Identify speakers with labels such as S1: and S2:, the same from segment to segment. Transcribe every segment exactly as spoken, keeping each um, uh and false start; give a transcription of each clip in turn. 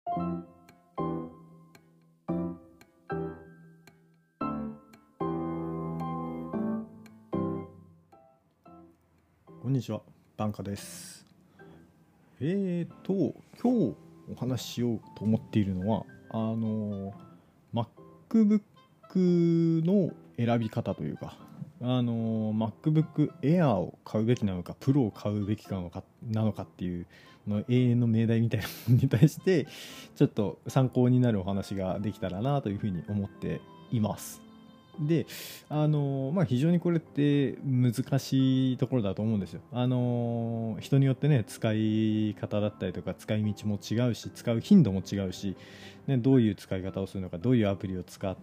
S1: こんにちは、バンカです。えーと、今日お話ししようと思っているのは、あの、MacBook の選び方というか、あの、MacBook Air を買うべきなのか、Pro を買うべきなのか、なのかっていうの永遠の命題みたいなものに対して、ちょっと参考になるお話ができたらなというふうに思っています。で、あのまあ、非常にこれって難しいところだと思うんですよ。あの人によってね、使い方だったりとか使い道も違うし、使う頻度も違うし、ね、どういう使い方をするのか、どういうアプリを使って、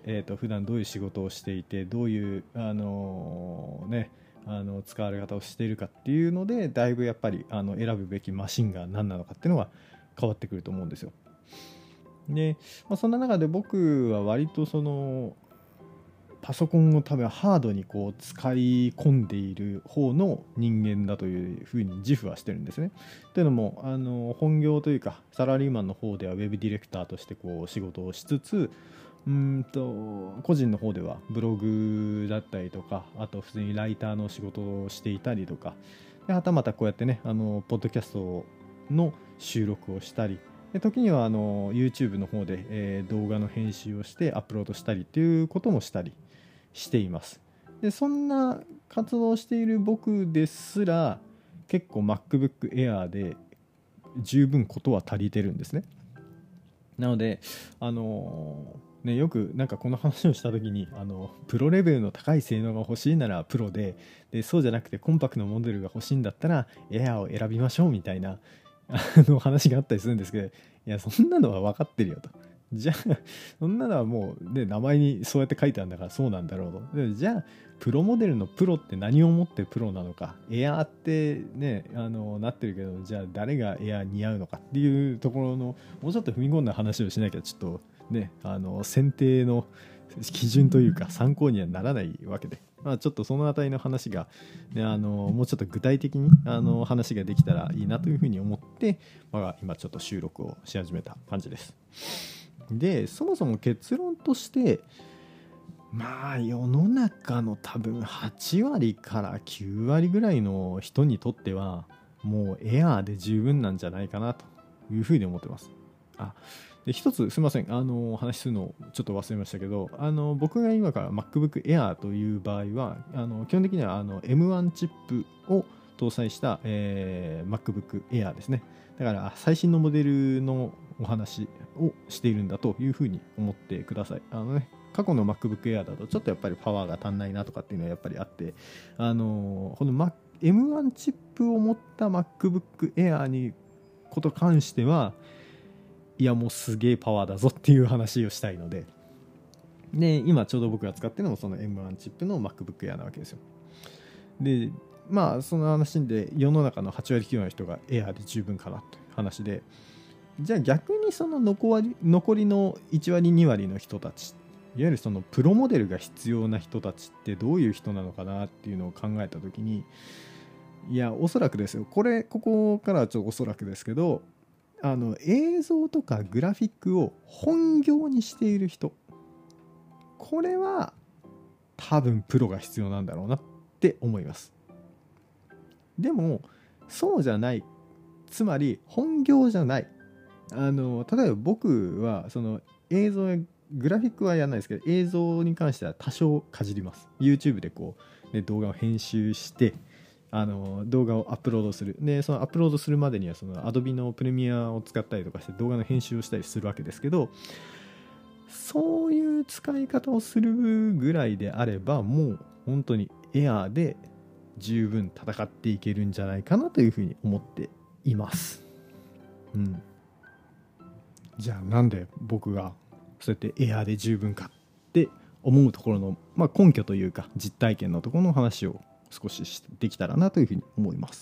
S1: えーと、普段どういう仕事をしていて、どういう、あのね、あの使われ方をしているかっていうので、だいぶやっぱりあの選ぶべきマシンが何なのかっていうのが変わってくると思うんですよ。で、まあ、そんな中で僕は割とそのパソコンを多分ハードにこう使い込んでいる方の人間だというふうに自負はしてるんですね。というのもあの本業というかサラリーマンの方ではウェブディレクターとしてこう仕事をしつつ、うんと個人の方ではブログだったりとか、あと普通にライターの仕事をしていたりとか、ではたまたこうやってね、あのポッドキャストの収録をしたり、で時にはあの YouTube の方で、えー動画の編集をしてアップロードしたりということもしたりしています。でそんな活動をしている僕ですら結構 MacBook Air で十分ことは足りてるんですね。なのであのね、よくなんかこの話をした時にあのプロレベルの高い性能が欲しいならプロ で, でそうじゃなくてコンパクトなモデルが欲しいんだったらエアーを選びましょうみたいなあの話があったりするんですけど、いやそんなのは分かってるよと。じゃあそんなのはもう、ね、名前にそうやって書いてあるんだからそうなんだろうと。でじゃあプロモデルのプロって何をもってプロなのか、エアーってねあのなってるけど、じゃあ誰がエアー似合うのかっていうところのもうちょっと踏み込んだ話をしなきゃちょっとね、あの選定の基準というか参考にはならないわけで、まあ、ちょっとそのあたりの話が、ね、あのもうちょっと具体的にあの話ができたらいいなというふうに思って、まあ、今ちょっと収録をし始めた感じです。でそもそも結論としてまあ世の中の多分はちわりからきゅうわりぐらいの人にとってはもうエアーで十分なんじゃないかなというふうに思ってます。あで一つすみません、あのお話しするのをちょっと忘れましたけど、あの僕が今から MacBook Air という場合はあの基本的にはあの エムワン チップを搭載した、えー、MacBook Air ですね。だから最新のモデルのお話をしているんだというふうに思ってください。あのね、過去の MacBook Air だとちょっとやっぱりパワーが足んないなとかっていうのはやっぱりあって、あのこの、Mac、エムワン チップを持った MacBook Air にこと関してはいやもうすげえパワーだぞっていう話をしたいので、で今ちょうど僕が使ってるのもその エムワン チップの MacBook Air なわけですよ。でまあその話で世の中のはちわりきゅうわりの人が Air で十分かなという話で、じゃあ逆にその残り残りのいちわりにわりの人たち、いわゆるそのプロモデルが必要な人たちってどういう人なのかなっていうのを考えた時に、いやおそらくですよ、これここからはちょっとおそらくですけど、あの映像とかグラフィックを本業にしている人、これは多分プロが必要なんだろうなって思います。でもそうじゃない、つまり本業じゃない、あの例えば僕はその映像やグラフィックはやらないですけど、映像に関しては多少かじります。 YouTube でこう、ね、動画を編集してあの動画をアップロードする。でそのアップロードするまでにはその Adobe のプレミアを使ったりとかして動画の編集をしたりするわけですけど、そういう使い方をするぐらいであればもう本当にエアーで十分戦っていけるんじゃないかなというふうに思っています。うん。じゃあなんで僕がそうやってエアーで十分かって思うところの、まあ、根拠というか実体験のところの話を少しできたらなというふうに思います。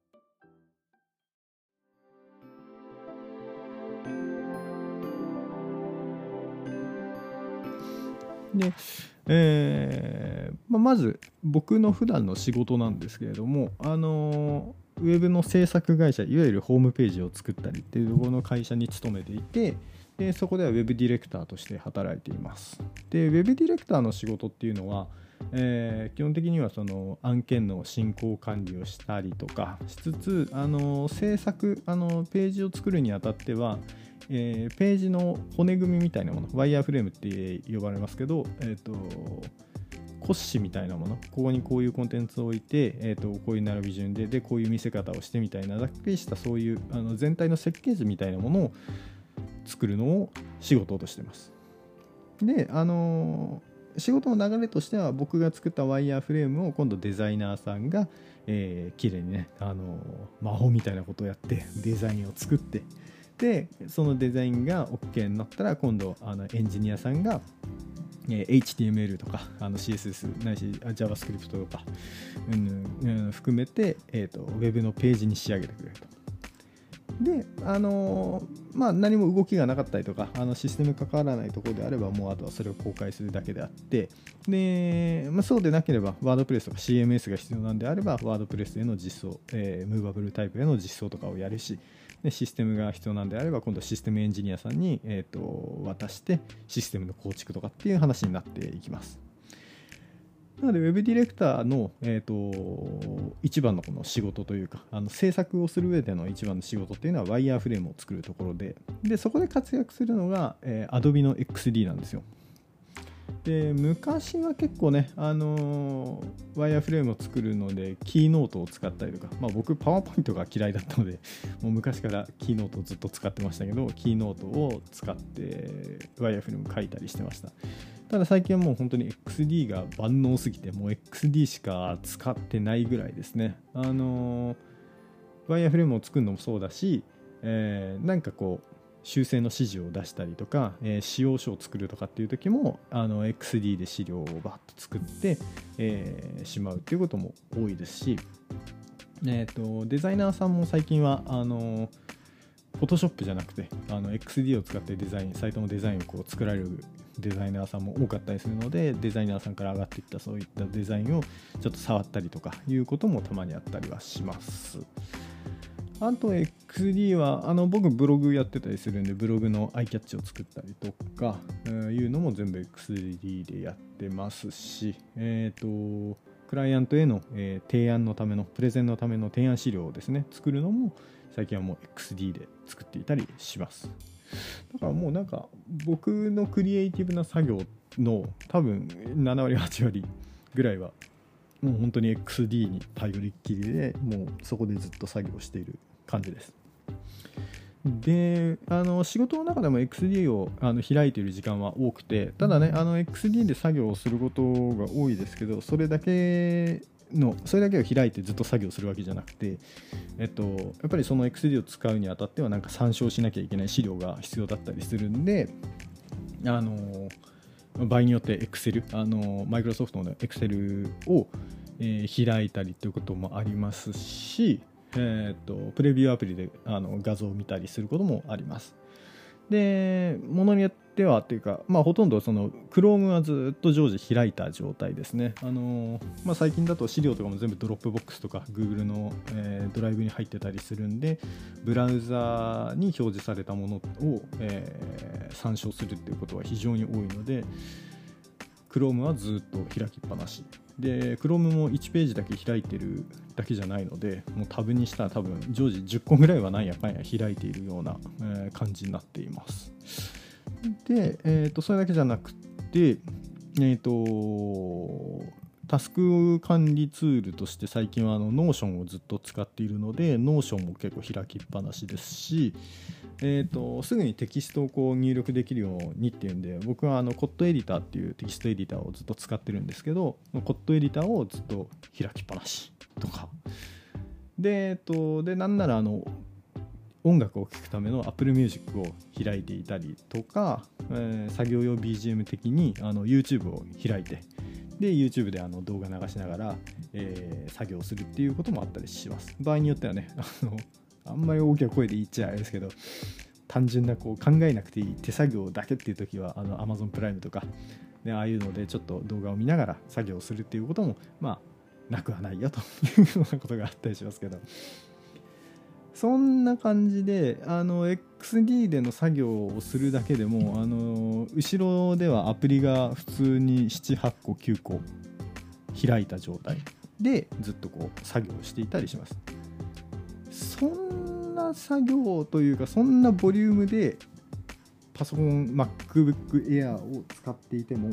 S1: で、えーまあ、まず僕の普段の仕事なんですけれども、あのウェブの制作会社、いわゆるホームページを作ったりっていうところの会社に勤めていて、でそこではウェブディレクターとして働いています。でウェブディレクターの仕事っていうのは、えー、基本的にはその案件の進行管理をしたりとかしつつ、あの制作あのページを作るにあたっては、えー、ページの骨組みみたいなもの、ワイヤーフレームって呼ばれますけど、えーと骨子みたいなもの、ここにこういうコンテンツを置いて、えー、とこういう並び順ででこういう見せ方をしてみたいな、ざっくりしたそういうあの全体の設計図みたいなものを作るのを仕事としてます。で、あのー、仕事の流れとしては、僕が作ったワイヤーフレームを今度デザイナーさんが、えー、綺麗にね、あのー、魔法みたいなことをやってデザインを作って、でそのデザインが OK になったら、今度あのエンジニアさんがエイチティーエムエル とかあの シーエスエス ないし JavaScript とか、うんうん、含めて、えーと、ウェブのページに仕上げてくれると。で、あのーまあ、何も動きがなかったりとか、あのシステム関わらないところであれば、もうあとはそれを公開するだけであって、で、まあ、そうでなければワードプレスとか シーエムエス が必要なんであれば、ワードプレスへの実装、えー、ムーバブルタイプへの実装とかをやるし、でシステムが必要なんであれば、今度システムエンジニアさんに、えーと渡してシステムの構築とかっていう話になっていきます。なので、ウェブディレクターの、えーと一番のこの仕事というか、あの制作をする上での一番の仕事っていうのはワイヤーフレームを作るところで、でそこで活躍するのが、えー、Adobe の エックスディー なんですよ。で昔は結構ね、あのー、ワイヤーフレームを作るのでキーノートを使ったりとか、まあ、僕パワーポイントが嫌いだったので、もう昔からキーノートをずっと使ってましたけど、キーノートを使ってワイヤーフレーム書いたりしてました。ただ最近はもう本当に エックスディー が万能すぎて、もう エックスディー しか使ってないぐらいですね。あのー、ワイヤーフレームを作るのもそうだし、えー、なんかこう修正の指示を出したりとか、えー、仕様書を作るとかっていう時も、あの エックスディー で資料をバッと作って、えー、しまうっていうことも多いですし、えーと、デザイナーさんも最近はあのフォトショップじゃなくて、あの エックスディー を使ってデザイン、サイトのデザインをこう作られるデザイナーさんも多かったりするので、デザイナーさんから上がってきたそういったデザインをちょっと触ったりとかいうこともたまにあったりはします。あと エックスディー はあの僕ブログやってたりするんで、ブログのアイキャッチを作ったりとか、えー、いうのも全部 エックスディー でやってますし、えーとクライアントへの、えー、提案のためのプレゼンのための提案資料をですね作るのも最近はもう エックスディー で作っていたりします。だからもうなんか僕のクリエイティブな作業の多分ななわりはちわりぐらいはもう本当に エックスディー に頼りっきりで、もうそこでずっと作業している感じです。で、あの仕事の中でも エックスディー をあの開いている時間は多くて、ただね、あの エックスディー で作業をすることが多いですけど、それだけのそれだけを開いてずっと作業するわけじゃなくて、えっと、やっぱりその エックスディー を使うにあたってはなんか参照しなきゃいけない資料が必要だったりするんで、あの場合によって Excel、あのマイクロソフトの Excel を、えー、開いたりということもありますし、えー、とプレビューアプリであの画像を見たりすることもあります。で、ものによってはっていうか、まあ、ほとんどその Chrome はずっと常時開いた状態ですね。あのまあ、最近だと資料とかも全部 Dropbox とか Google の、えー、ドライブに入ってたりするんで、ブラウザに表示されたものを、えー、参照するっていうことは非常に多いので、Chrome はずっと開きっぱなしで、Chrome もいちページだけ開いてるだけじゃないので、もうタブにしたら多分常時じゅっこぐらいはなんやかんや開いているような、えー、感じになっています。で、えーと、それだけじゃなくて、えーとタスク管理ツールとして最近はあの Notion をずっと使っているので、 Notion も結構開きっぱなしですし、えーと、すぐにテキストをこう入力できるようにっていうんで、僕はあの Cod エディターっていうテキストエディターをずっと使ってるんですけど、Cod エディターをずっと開きっぱなしとかで、えーと、でなんならあの音楽を聴くための Apple Music を開いていたりとか、えー、作業用 ビージーエム 的にあの YouTube を開いて、で YouTube であの動画流しながら、えー、作業するっていうこともあったりします。場合によってはね、あのあんまり大きな声で言っちゃあれですけど、単純なこう考えなくていい手作業だけっていう時はあの Amazon プライムとか、ね、ああいうのでちょっと動画を見ながら作業するっていうこともまあなくはないよというようなことがあったりしますけど、 そんな感じであの エックスディー での作業をするだけでもあの後ろではアプリが普通にななはちこきゅうこ開いた状態でずっとこう作業していたりします。そんな作業というかそんなボリュームでパソコン MacBook Air を使っていても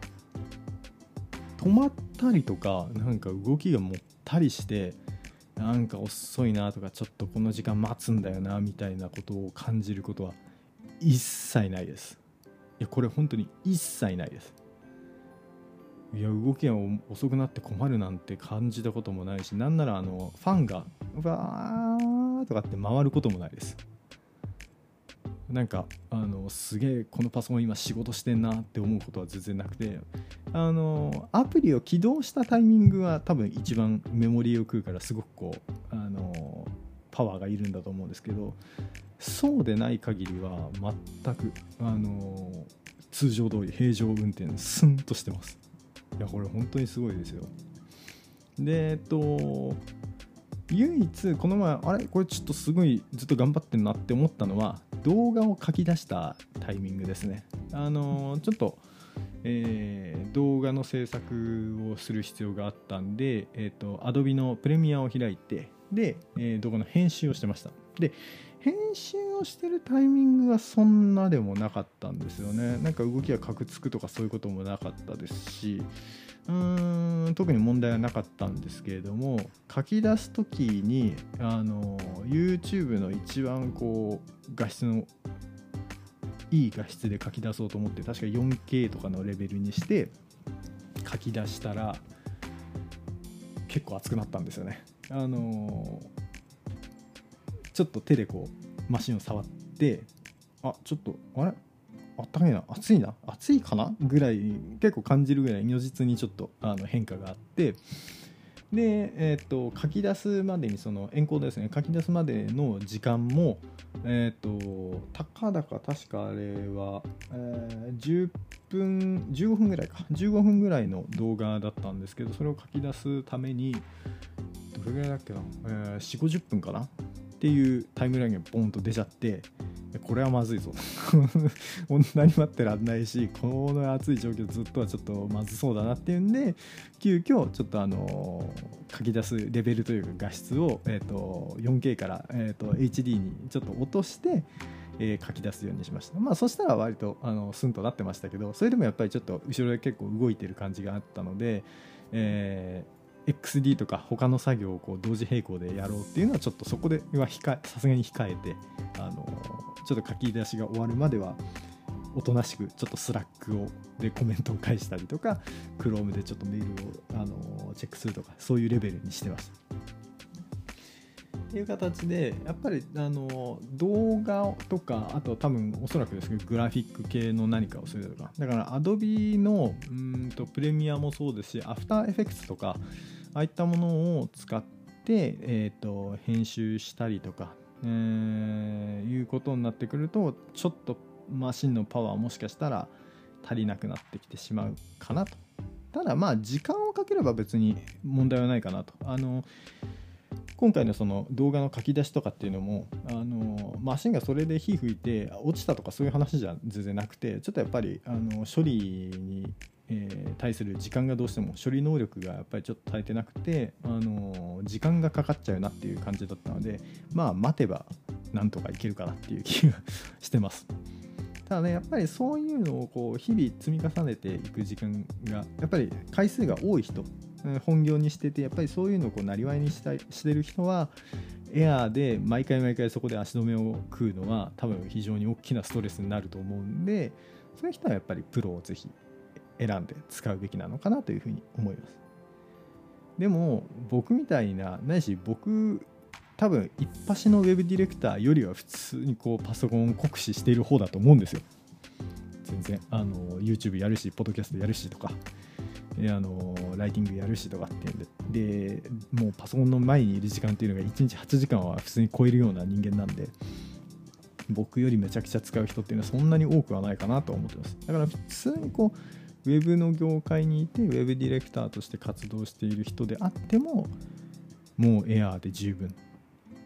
S1: 止まったりとかなんか動きがもったりしてなんか遅いなとかちょっとこの時間待つんだよなみたいなことを感じることは一切ないです。いやこれ本当に一切ないです。いや動きが遅くなって困るなんて感じたこともないし、なんならあのファンがわーとかって回ることもないです。なんかあのすげえこのパソコン今仕事してんなって思うことは全然なくて、あのアプリを起動したタイミングは多分一番メモリーを食うからすごくこうあのパワーがいるんだと思うんですけど、そうでない限りは全くあの通常通り平常運転スンとしてます。いやこれ本当にすごいですよ。でえっと唯一この前あれこれちょっとすごいずっと頑張ってるなって思ったのは動画を書き出したタイミングですね。あのちょっと、えー、動画の制作をする必要があったんで、えーと、Adobe のプレミアを開いてで、えー、動画の編集をしてました。で編集をしてるタイミングはそんなでもなかったんですよね。なんか動きがカクつくとかそういうこともなかったですし、うーん特に問題はなかったんですけれども、書き出す時にあの YouTube の一番こう画質のいい画質で書き出そうと思って確か よんケー とかのレベルにして書き出したら結構熱くなったんですよね。あのちょっと手でこうマシンを触ってあちょっとあれあったかいな暑いな暑いかなぐらい結構感じるぐらい如実にちょっとあの変化があって、で、えー、と書き出すまでにそのエンコードですね書き出すまでの時間もえっ、ー、とたかだか確かあれは、えー、じゅっぷんじゅうごふんぐらいかじゅうごふんぐらいの動画だったんですけど、それを書き出すためにどれぐらいだっけな、えー、よんじゅうごじゅっぷんかなっていうタイムラインがボンと出ちゃって、これはまずいぞこんなに待ってらんないしこの暑い状況ずっとはちょっとまずそうだなっていうんで急遽ちょっとあの書き出すレベルというか画質を、えー、と よんケー から、えー、と エイチディー にちょっと落として、えー、書き出すようにしました。まあそしたら割とあのスンとなってましたけど、それでもやっぱりちょっと後ろで結構動いてる感じがあったので、えーエックスディー とか他の作業をこう同時並行でやろうっていうのはちょっとそこでは控えさすがに控えて、あのちょっと書き出しが終わるまではおとなしくちょっとスラックをでコメントを返したりとか Chrome でちょっとメールをあのチェックするとかそういうレベルにしてましたっていう形で、やっぱりあの動画とかあと多分おそらくですけどグラフィック系の何かをするとか、だから Adobe のうんとプレミアもそうですし After Effects とかああいったものを使って、えー、と編集したりとか、えー、いうことになってくるとちょっとマシンのパワーもしかしたら足りなくなってきてしまうかなと。ただまあ時間をかければ別に問題はないかなと。あの今回のその動画の書き出しとかっていうのもあのマシンがそれで火吹いて落ちたとかそういう話じゃ全然なくて、ちょっとやっぱりあの処理に、えー、対する時間がどうしても処理能力がやっぱりちょっと足りてなくて、あの時間がかかっちゃうなっていう感じだったので、まあ待てばなんとかいけるかなっていう気がしてます。ただねやっぱりそういうのをこう日々積み重ねていく時間がやっぱり回数が多い人、本業にしててやっぱりそういうのをこうなりわいにしたいしてる人はエアーで毎回毎回そこで足止めを食うのは多分非常に大きなストレスになると思うんで、そういう人はやっぱりプロをぜひ選んで使うべきなのかなというふうに思います。でも僕みたいなないし僕多分一発のウェブディレクターよりは普通にこうパソコンを酷使している方だと思うんですよ。全然あの YouTube やるしポッドキャストやるしとかあのライティングやるしとかっていうんで、でもうパソコンの前にいる時間っていうのがいちにちはちじかんは普通に超えるような人間なんで、僕よりめちゃくちゃ使う人っていうのはそんなに多くはないかなと思ってます。だから普通にこうウェブの業界にいてウェブディレクターとして活動している人であってももうエアーで十分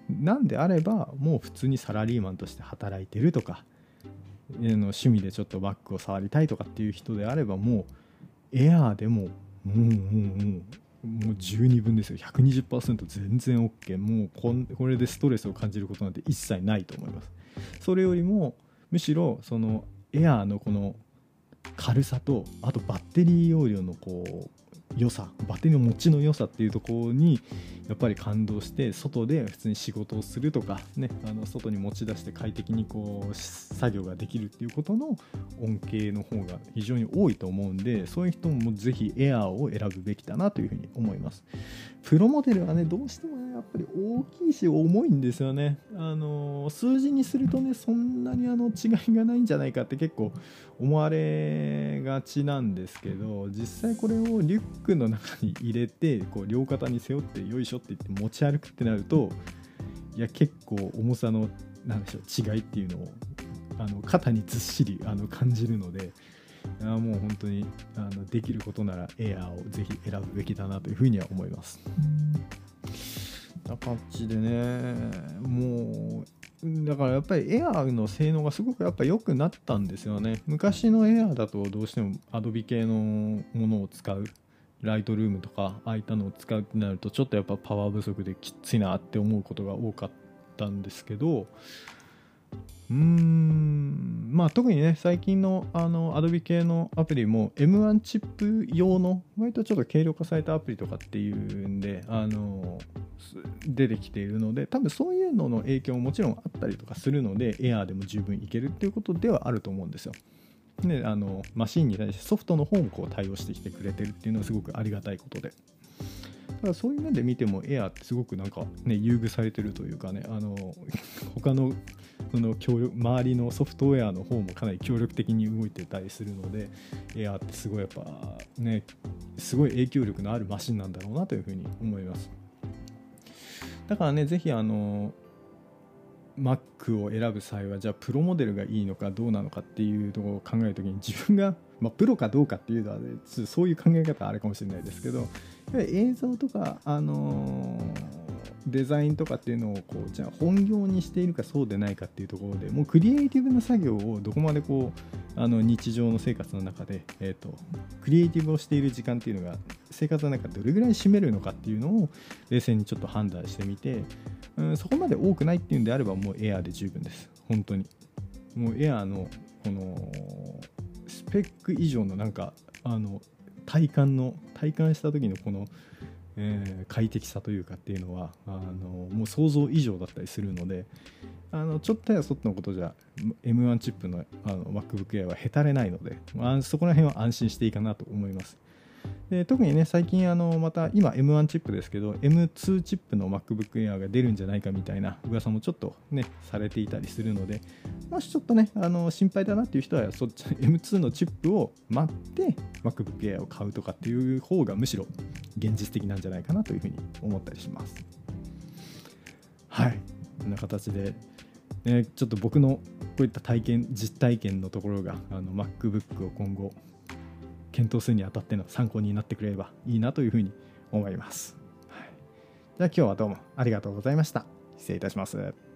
S1: なんであればもう普通にサラリーマンとして働いてるとか、の趣味でちょっと Mac を触りたいとかっていう人であれば、もう Air でももうもうもうもう十二分ですよ。 ひゃくにじゅっパーセント 全然 OK。 もうこんこれでストレスを感じることなんて一切ないと思います。それよりもむしろその Air のこの軽さと、あとバッテリー容量のこう良さ、バッテリーの持ちの良さっていうところにやっぱり感動して、外で普通に仕事をするとかね、あの外に持ち出して快適にこう作業ができるっていうことの恩恵の方が非常に多いと思うんで、そういう人もぜひエアーを選ぶべきだなというふうに思います。プロモデルはね、どうしてもねやっぱり大きいし重いんですよね。あの数字にするとね、そんなにあの違いがないんじゃないかって結構思われがちなんですけど、実際これをリュックの中に入れてこう両肩に背負ってよいしょって言って持ち歩くってなると、いや結構重さのなんでしょう違いっていうのをあの肩にずっしりあの感じるので、いやもう本当にあのできることならエアーをぜひ選ぶべきだなというふうには思います。な感じでね、もうだからやっぱりエアーの性能がすごくやっぱ良くなったんですよね。昔のエアーだとどうしてもアドビ系のものを使う、ライトルームとかああいったのを使うってなるとちょっとやっぱパワー不足できついなって思うことが多かったんですけど、うーんまあ特にね最近のあの Adobe 系のアプリも エムワン チップ用の割とちょっと軽量化されたアプリとかっていうんであの出てきているので、多分そういうのの影響ももちろんあったりとかするので Air でも十分いけるっていうことではあると思うんですよ。であのマシンに対してソフトの方もこう対応してきてくれてるっていうのはすごくありがたいことで、だからそういう面で見てもエアーってすごくなんかね優遇されてるというかね、あの他のその協力周りのソフトウェアの方もかなり協力的に動いてたりするので、エアーってすごいやっぱねすごい影響力のあるマシンなんだろうなというふうに思います。だからねぜひあの Mac を選ぶ際はじゃあプロモデルがいいのかどうなのかっていうところを考えるときに、自分が、まあ、プロかどうかっていうのは、ね、そういう考え方はあるかもしれないですけど、やっぱり映像とか、あのー、デザインとかっていうのをこうじゃあ本業にしているかそうでないかっていうところで、もうクリエイティブな作業をどこまでこうあの日常の生活の中で、えーと、クリエイティブをしている時間っていうのが生活の中でどれぐらい占めるのかっていうのを冷静にちょっと判断してみて、うん、そこまで多くないっていうんであればもうエアーで十分です。本当にもうエアーのこのスペック以上のなんかあの体感の体感した時のこの、えー、快適さというかっていうのはあのもう想像以上だったりするので、あのちょっとやそっとのことじゃ エムワン チップの, あの MacBook Air はへたれないので、あそこら辺は安心していいかなと思います。で特にね最近あのまた今 エムワン チップですけど エムツー チップの MacBook Air が出るんじゃないかみたいな噂もちょっとねされていたりするので、もしちょっとねあの心配だなっていう人はそっち エムツー のチップを待って MacBook Air を買うとかっていう方がむしろ現実的なんじゃないかなというふうに思ったりします。はい、こんな形で、ね、ちょっと僕のこういった体験実体験のところがあの MacBook を今後検討するにあたっての参考になってくれればいいなというふうに思います。はい、じゃあ今日はどうもありがとうございました。失礼いたします。